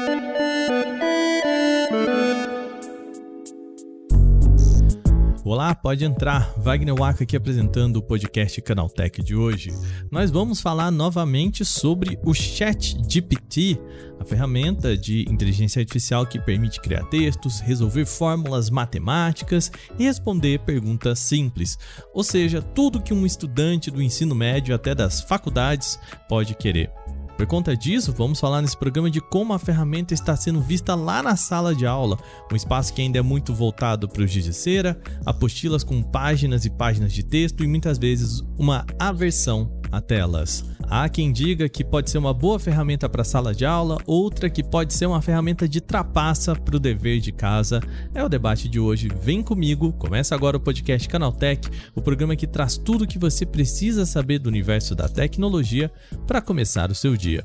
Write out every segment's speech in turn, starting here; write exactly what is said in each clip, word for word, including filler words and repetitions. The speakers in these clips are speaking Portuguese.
Olá, pode entrar. Wagner Waka aqui apresentando o podcast Canaltech de hoje. Nós vamos falar novamente sobre o ChatGPT, a ferramenta de inteligência artificial que permite criar textos, resolver fórmulas matemáticas e responder perguntas simples. Ou seja, tudo que um estudante do ensino médio até das faculdades pode querer. Por conta disso, vamos falar nesse programa de como a ferramenta está sendo vista lá na sala de aula, um espaço que ainda é muito voltado para o giz de cera, apostilas com páginas e páginas de texto e muitas vezes uma aversão a telas. Há quem diga que pode ser uma boa ferramenta para a sala de aula, outra que pode ser uma ferramenta de trapaça para o dever de casa. É o debate de hoje. Vem comigo, começa agora o podcast Canaltech, o programa que traz tudo o que você precisa saber do universo da tecnologia para começar o seu dia.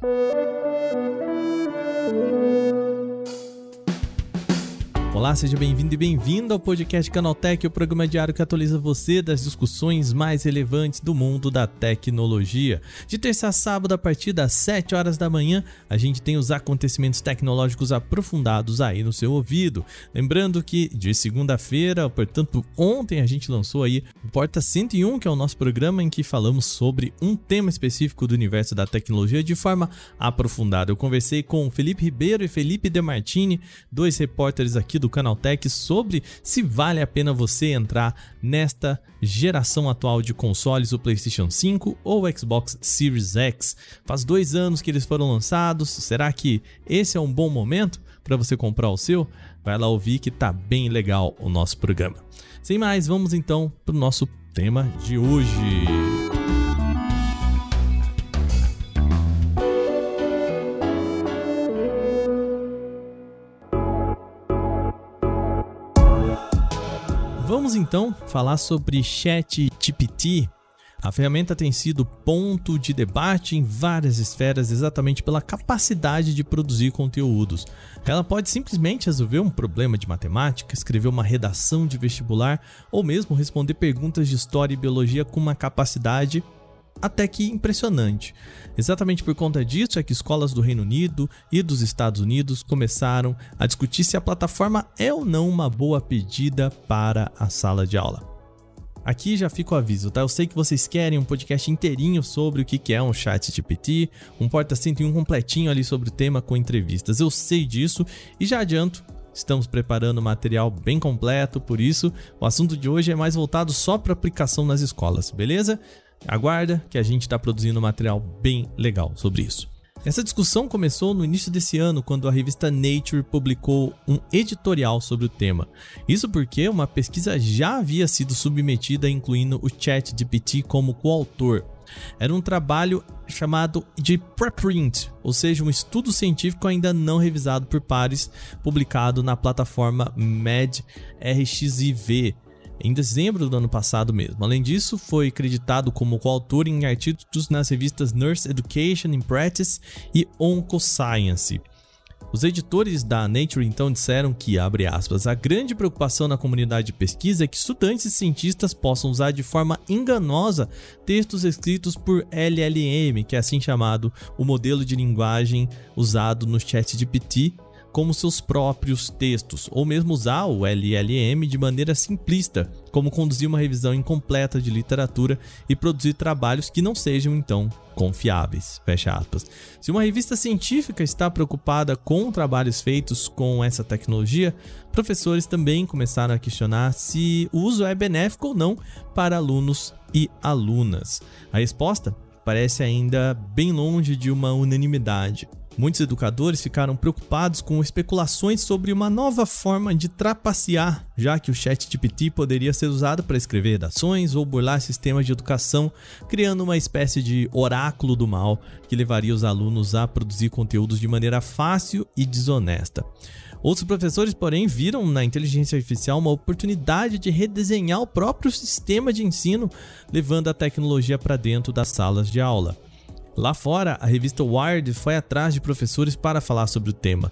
Olá, seja bem-vindo e bem-vindo ao podcast Canaltech, o programa diário que atualiza você das discussões mais relevantes do mundo da tecnologia. De terça a sábado, a partir das sete horas da manhã, a gente tem os acontecimentos tecnológicos aprofundados aí no seu ouvido. Lembrando que de segunda-feira, portanto ontem, a gente lançou aí o Porta cento e um, que é o nosso programa em que falamos sobre um tema específico do universo da tecnologia de forma aprofundada. Eu conversei com Felipe Ribeiro e Felipe De Martini, dois repórteres aqui do Canaltech, sobre se vale a pena você entrar nesta geração atual de consoles, o PlayStation cinco ou o Xbox Series X. Faz dois anos que eles foram lançados, será que esse é um bom momento para você comprar o seu? Vai lá ouvir que tá bem legal o nosso programa. Sem mais, vamos então para o nosso tema de hoje. Vamos então falar sobre ChatGPT. A ferramenta tem sido ponto de debate em várias esferas exatamente pela capacidade de produzir conteúdos. Ela pode simplesmente resolver um problema de matemática, escrever uma redação de vestibular ou mesmo responder perguntas de história e biologia com uma capacidade até que impressionante. Exatamente por conta disso é que escolas do Reino Unido e dos Estados Unidos começaram a discutir se a plataforma é ou não uma boa pedida para a sala de aula. Aqui já fica o aviso, tá? Eu sei que vocês querem um podcast inteirinho sobre o que é um ChatGPT, um Porta cento e um completinho ali sobre o tema com entrevistas. Eu sei disso e já adianto, estamos preparando material bem completo, por isso o assunto de hoje é mais voltado só para aplicação nas escolas, beleza? Aguarda que a gente está produzindo material bem legal sobre isso. Essa discussão começou no início desse ano, quando a revista Nature publicou um editorial sobre o tema. Isso porque uma pesquisa já havia sido submetida, incluindo o ChatGPT como coautor. Era um trabalho chamado de preprint, ou seja, um estudo científico ainda não revisado por pares, publicado na plataforma medRxiv, em dezembro do ano passado mesmo. Além disso, foi acreditado como coautor em artigos nas revistas Nurse Education in Practice e Oncoscience. Os editores da Nature então disseram que, abre aspas, a grande preocupação na comunidade de pesquisa é que estudantes e cientistas possam usar de forma enganosa textos escritos por L L M, que é assim chamado o modelo de linguagem usado no ChatGPT, como seus próprios textos, ou mesmo usar o L L M de maneira simplista, como conduzir uma revisão incompleta de literatura e produzir trabalhos que não sejam, então, confiáveis, fecha aspas. Se uma revista científica está preocupada com trabalhos feitos com essa tecnologia, professores também começaram a questionar se o uso é benéfico ou não para alunos e alunas. A resposta parece ainda bem longe de uma unanimidade. Muitos educadores ficaram preocupados com especulações sobre uma nova forma de trapacear, já que o ChatGPT poderia ser usado para escrever redações ou burlar sistemas de educação, criando uma espécie de oráculo do mal que levaria os alunos a produzir conteúdos de maneira fácil e desonesta. Outros professores, porém, viram na inteligência artificial uma oportunidade de redesenhar o próprio sistema de ensino, levando a tecnologia para dentro das salas de aula. Lá fora, a revista Wired foi atrás de professores para falar sobre o tema.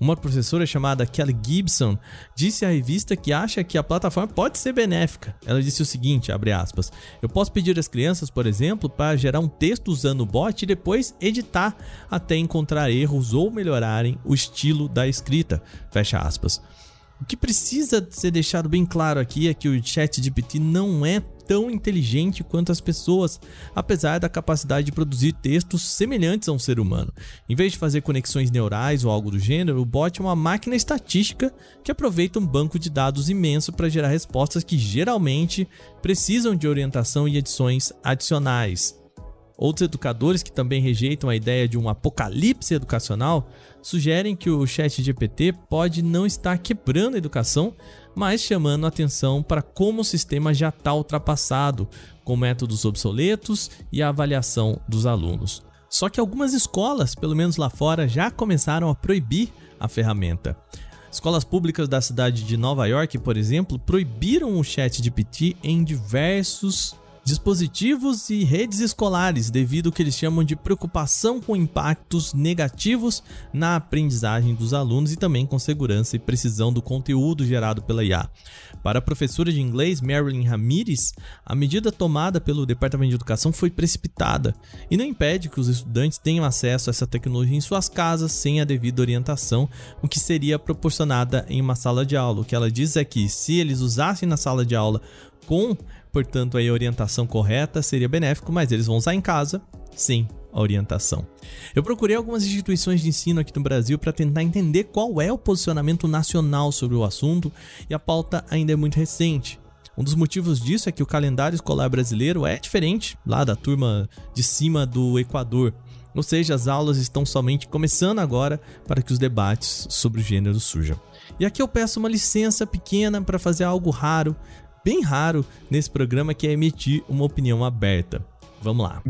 Uma professora chamada Kelly Gibson disse à revista que acha que a plataforma pode ser benéfica. Ela disse o seguinte, abre aspas, eu posso pedir às crianças, por exemplo, para gerar um texto usando o bot e depois editar até encontrar erros ou melhorarem o estilo da escrita, fecha aspas. O que precisa ser deixado bem claro aqui é que o ChatGPT não é tão inteligente quanto as pessoas, apesar da capacidade de produzir textos semelhantes a um ser humano. Em vez de fazer conexões neurais ou algo do gênero, o bot é uma máquina estatística que aproveita um banco de dados imenso para gerar respostas que geralmente precisam de orientação e edições adicionais. Outros educadores que também rejeitam a ideia de um apocalipse educacional sugerem que o ChatGPT pode não estar quebrando a educação, mas chamando a atenção para como o sistema já está ultrapassado, com métodos obsoletos e a avaliação dos alunos. Só que algumas escolas, pelo menos lá fora, já começaram a proibir a ferramenta. Escolas públicas da cidade de Nova York, por exemplo, proibiram o ChatGPT em diversos dispositivos e redes escolares devido ao que eles chamam de preocupação com impactos negativos na aprendizagem dos alunos e também com segurança e precisão do conteúdo gerado pela I A. Para a professora de inglês Marilyn Ramirez, a medida tomada pelo Departamento de Educação foi precipitada e não impede que os estudantes tenham acesso a essa tecnologia em suas casas sem a devida orientação, o que seria proporcionada em uma sala de aula. O que ela diz é que se eles usassem na sala de aula com, portanto, a orientação correta, seria benéfico, mas eles vão usar em casa sem a orientação. Eu procurei algumas instituições de ensino aqui no Brasil para tentar entender qual é o posicionamento nacional sobre o assunto e a pauta ainda é muito recente. Um dos motivos disso é que o calendário escolar brasileiro é diferente lá da turma de cima do Equador. Ou seja, as aulas estão somente começando agora para que os debates sobre o gênero surjam. E aqui eu peço uma licença pequena para fazer algo raro, bem raro nesse programa, que é emitir uma opinião aberta. Vamos lá.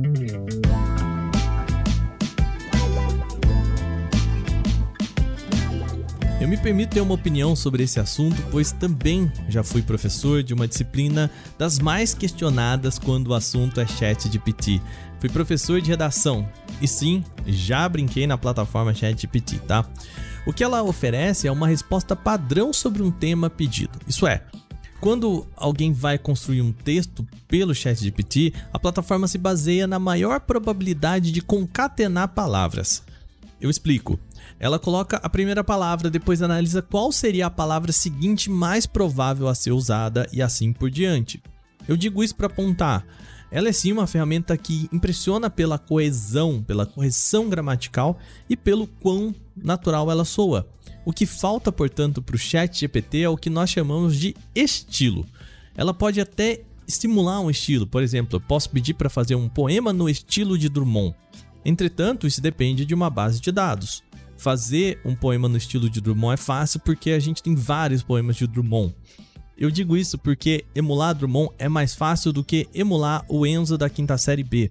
Eu me permito ter uma opinião sobre esse assunto, pois também já fui professor de uma disciplina das mais questionadas quando o assunto é ChatGPT. Fui professor de redação e sim, já brinquei na plataforma ChatGPT, tá? O que ela oferece é uma resposta padrão sobre um tema pedido. Isso é, quando alguém vai construir um texto pelo ChatGPT, a plataforma se baseia na maior probabilidade de concatenar palavras. Eu explico. Ela coloca a primeira palavra, depois analisa qual seria a palavra seguinte mais provável a ser usada e assim por diante. Eu digo isso para apontar. Ela é sim uma ferramenta que impressiona pela coesão, pela correção gramatical e pelo quão natural ela soa. O que falta, portanto, para o ChatGPT é o que nós chamamos de estilo. Ela pode até estimular um estilo. Por exemplo, eu posso pedir para fazer um poema no estilo de Drummond. Entretanto, isso depende de uma base de dados. Fazer um poema no estilo de Drummond é fácil porque a gente tem vários poemas de Drummond. Eu digo isso porque emular Drummond é mais fácil do que emular o Enzo da quinta série B.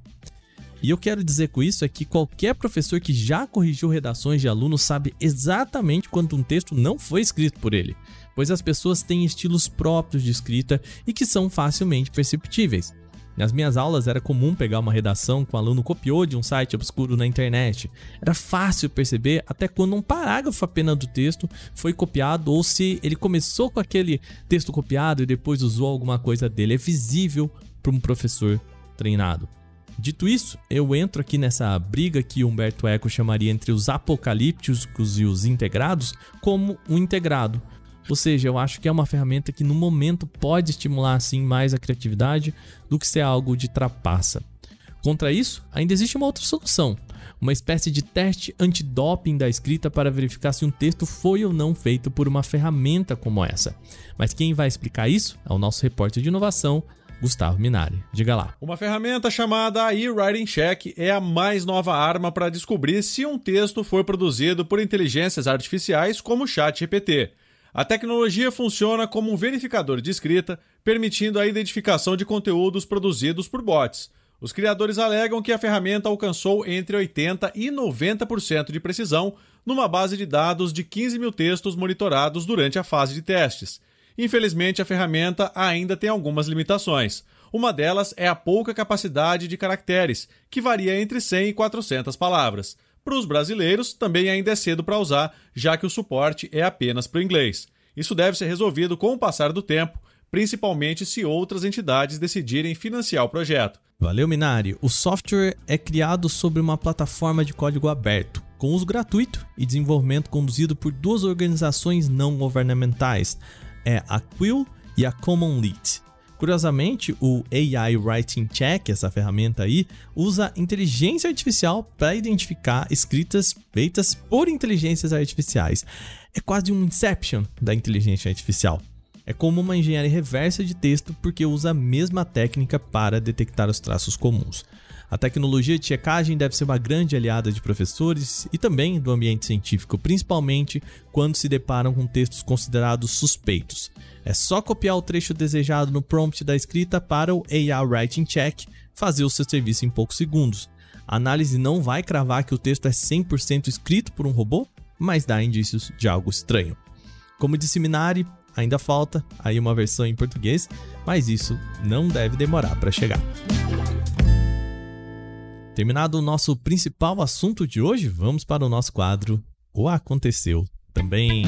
E eu quero dizer com isso é que qualquer professor que já corrigiu redações de alunos sabe exatamente quando um texto não foi escrito por ele, pois as pessoas têm estilos próprios de escrita e que são facilmente perceptíveis. Nas minhas aulas era comum pegar uma redação que o aluno copiou de um site obscuro na internet. Era fácil perceber até quando um parágrafo apenas do texto foi copiado ou se ele começou com aquele texto copiado e depois usou alguma coisa dele. É visível para um professor treinado. Dito isso, eu entro aqui nessa briga que Humberto Eco chamaria entre os apocalípticos e os integrados como um integrado. Ou seja, eu acho que é uma ferramenta que no momento pode estimular assim mais a criatividade do que ser algo de trapaça. Contra isso, ainda existe uma outra solução, uma espécie de teste antidoping da escrita para verificar se um texto foi ou não feito por uma ferramenta como essa. Mas quem vai explicar isso é o nosso repórter de inovação, Gustavo Minari. Diga lá. Uma ferramenta chamada eWriting Check é a mais nova arma para descobrir se um texto foi produzido por inteligências artificiais como o ChatGPT. A tecnologia funciona como um verificador de escrita, permitindo a identificação de conteúdos produzidos por bots. Os criadores alegam que a ferramenta alcançou entre oitenta por cento e noventa por cento de precisão numa base de dados de quinze mil textos monitorados durante a fase de testes. Infelizmente, a ferramenta ainda tem algumas limitações. Uma delas é a pouca capacidade de caracteres, que varia entre cem e quatrocentas palavras. Para os brasileiros, também ainda é cedo para usar, já que o suporte é apenas para o inglês. Isso deve ser resolvido com o passar do tempo, principalmente se outras entidades decidirem financiar o projeto. Valeu, Minari. O software é criado sobre uma plataforma de código aberto, com uso gratuito e desenvolvimento conduzido por duas organizações não governamentais, é a Quill e a Common Lead. Curiosamente, o A I Writing Check, essa ferramenta aí, usa inteligência artificial para identificar escritas feitas por inteligências artificiais. É quase um Inception da inteligência artificial. É como uma engenharia reversa de texto porque usa a mesma técnica para detectar os traços comuns. A tecnologia de checagem deve ser uma grande aliada de professores e também do ambiente científico, principalmente quando se deparam com textos considerados suspeitos. É só copiar o trecho desejado no prompt da escrita para o A I Writing Check fazer o seu serviço em poucos segundos. A análise não vai cravar que o texto é cem por cento escrito por um robô, mas dá indícios de algo estranho. Como disse Minari, ainda falta aí uma versão em português, mas isso não deve demorar para chegar. Terminado o nosso principal assunto de hoje, vamos para o nosso quadro O Aconteceu Também.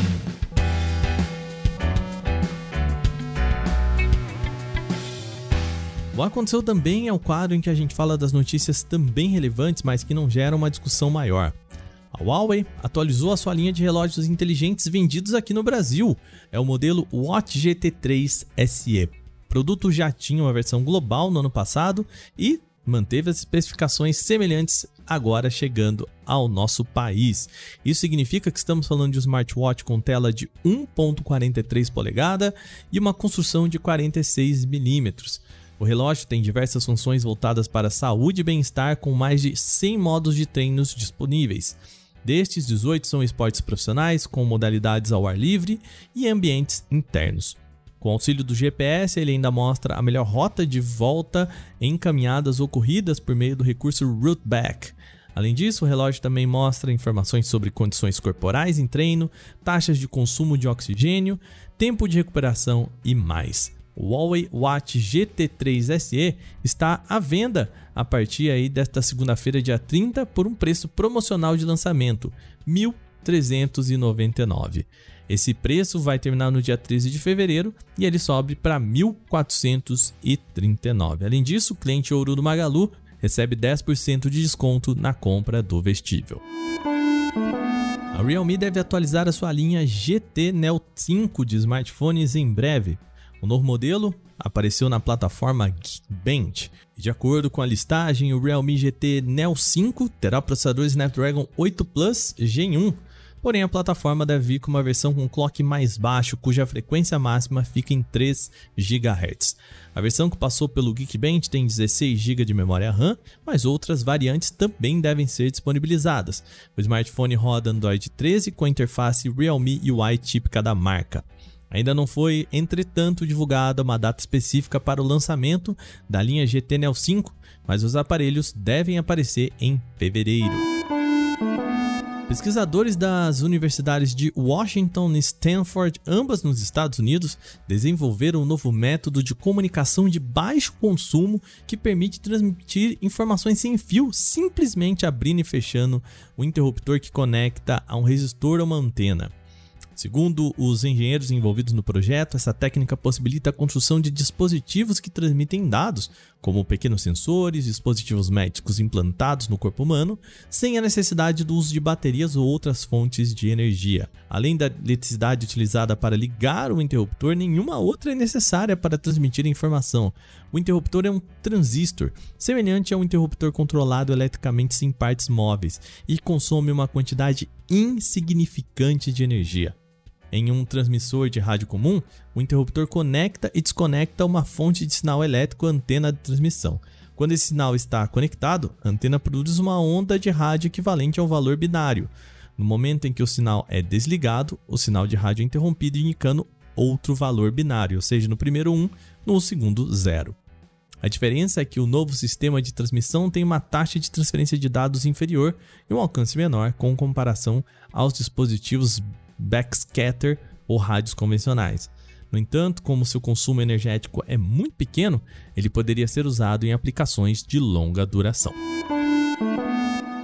O Aconteceu Também é o quadro em que a gente fala das notícias também relevantes, mas que não geram uma discussão maior. A Huawei atualizou a sua linha de relógios inteligentes vendidos aqui no Brasil. É o modelo Watch G T três S E. O produto já tinha uma versão global no ano passado e manteve as especificações semelhantes agora chegando ao nosso país. Isso significa que estamos falando de um smartwatch com tela de um vírgula quarenta e três polegada e uma construção de quarenta e seis milímetros. O relógio tem diversas funções voltadas para saúde e bem-estar, com mais de cem modos de treinos disponíveis. Destes, dezoito são esportes profissionais, com modalidades ao ar livre e ambientes internos. Com auxílio do G P S, ele ainda mostra a melhor rota de volta em caminhadas ou corridas por meio do recurso Routeback. Além disso, o relógio também mostra informações sobre condições corporais em treino, taxas de consumo de oxigênio, tempo de recuperação e mais. O Huawei Watch G T três S E está à venda a partir aí desta segunda-feira, dia trinta, por um preço promocional de lançamento, mil trezentos e noventa e nove reais. Esse preço vai terminar no dia treze de fevereiro e ele sobe para mil quatrocentos e trinta e nove reais. Além disso, o cliente ouro do Magalu recebe dez por cento de desconto na compra do vestível. A Realme deve atualizar a sua linha G T Neo cinco de smartphones em breve. O novo modelo apareceu na plataforma Geekbench. De acordo com a listagem, o Realme G T Neo cinco terá o processador Snapdragon oito Plus Gen um. Porém, a plataforma deve vir com uma versão com clock mais baixo, cuja frequência máxima fica em três gigahertz. A versão que passou pelo Geekbench tem dezesseis gigabytes de memória RAM, mas outras variantes também devem ser disponibilizadas. O smartphone roda Android treze com a interface Realme U I típica da marca. Ainda não foi, entretanto, divulgada uma data específica para o lançamento da linha G T Neo cinco, mas os aparelhos devem aparecer em fevereiro. Pesquisadores das universidades de Washington e Stanford, ambas nos Estados Unidos, desenvolveram um novo método de comunicação de baixo consumo que permite transmitir informações sem fio, simplesmente abrindo e fechando o interruptor que conecta a um resistor ou uma antena. Segundo os engenheiros envolvidos no projeto, essa técnica possibilita a construção de dispositivos que transmitem dados, como pequenos sensores, dispositivos médicos implantados no corpo humano, sem a necessidade do uso de baterias ou outras fontes de energia. Além da eletricidade utilizada para ligar o interruptor, nenhuma outra é necessária para transmitir a informação. O interruptor é um transistor, semelhante a um interruptor controlado eletricamente sem partes móveis, e consome uma quantidade insignificante de energia. Em um transmissor de rádio comum, o interruptor conecta e desconecta uma fonte de sinal elétrico à antena de transmissão. Quando esse sinal está conectado, a antena produz uma onda de rádio equivalente a um valor binário. No momento em que o sinal é desligado, o sinal de rádio é interrompido, indicando outro valor binário, ou seja, no primeiro um, no segundo zero. A diferença é que o novo sistema de transmissão tem uma taxa de transferência de dados inferior e um alcance menor com comparação aos dispositivos backscatter ou rádios convencionais. No entanto, como seu consumo energético é muito pequeno, ele poderia ser usado em aplicações de longa duração.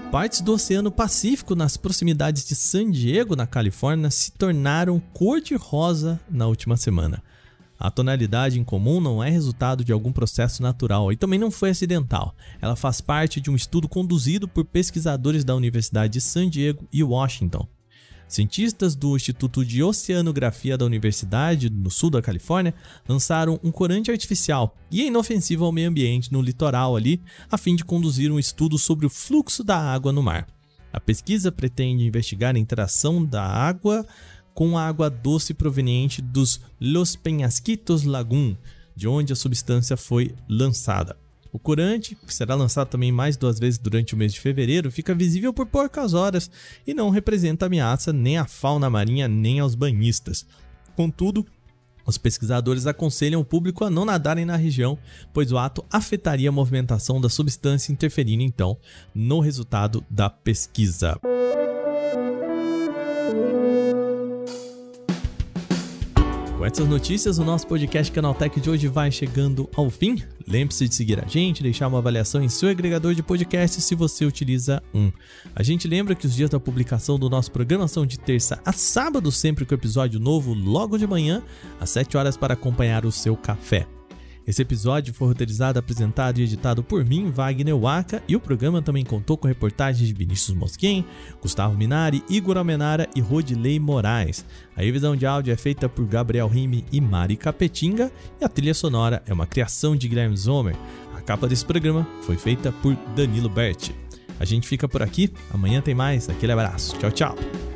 Partes do Oceano Pacífico nas proximidades de San Diego, na Califórnia, se tornaram cor-de-rosa na última semana. A tonalidade incomum não é resultado de algum processo natural e também não foi acidental. Ela faz parte de um estudo conduzido por pesquisadores da Universidade de San Diego e Washington. Cientistas do Instituto de Oceanografia da Universidade, no sul da Califórnia, lançaram um corante artificial e é inofensivo ao meio ambiente no litoral ali, a fim de conduzir um estudo sobre o fluxo da água no mar. A pesquisa pretende investigar a interação da água com a água doce proveniente dos Los Penhasquitos Lagoon, de onde a substância foi lançada. O corante, que será lançado também mais duas vezes durante o mês de fevereiro, fica visível por poucas horas e não representa ameaça nem à fauna marinha nem aos banhistas. Contudo, os pesquisadores aconselham o público a não nadarem na região, pois o ato afetaria a movimentação da substância, interferindo então no resultado da pesquisa. Com essas notícias, o nosso podcast Canaltech de hoje vai chegando ao fim. Lembre-se de seguir a gente, deixar uma avaliação em seu agregador de podcast se você utiliza um. A gente lembra que os dias da publicação do nosso programa são de terça a sábado, sempre com episódio novo logo de manhã, às sete horas, para acompanhar o seu café. Esse episódio foi roteirizado, apresentado e editado por mim, Wagner Waka, e o programa também contou com reportagens de Vinícius Mosquen, Gustavo Minari, Igor Almenara e Rodilei Moraes. A revisão de áudio é feita por Gabriel Rime e Mari Capetinga, e a trilha sonora é uma criação de Guilherme Zomer. A capa desse programa foi feita por Danilo Berti. A gente fica por aqui, amanhã tem mais, aquele abraço, tchau, tchau!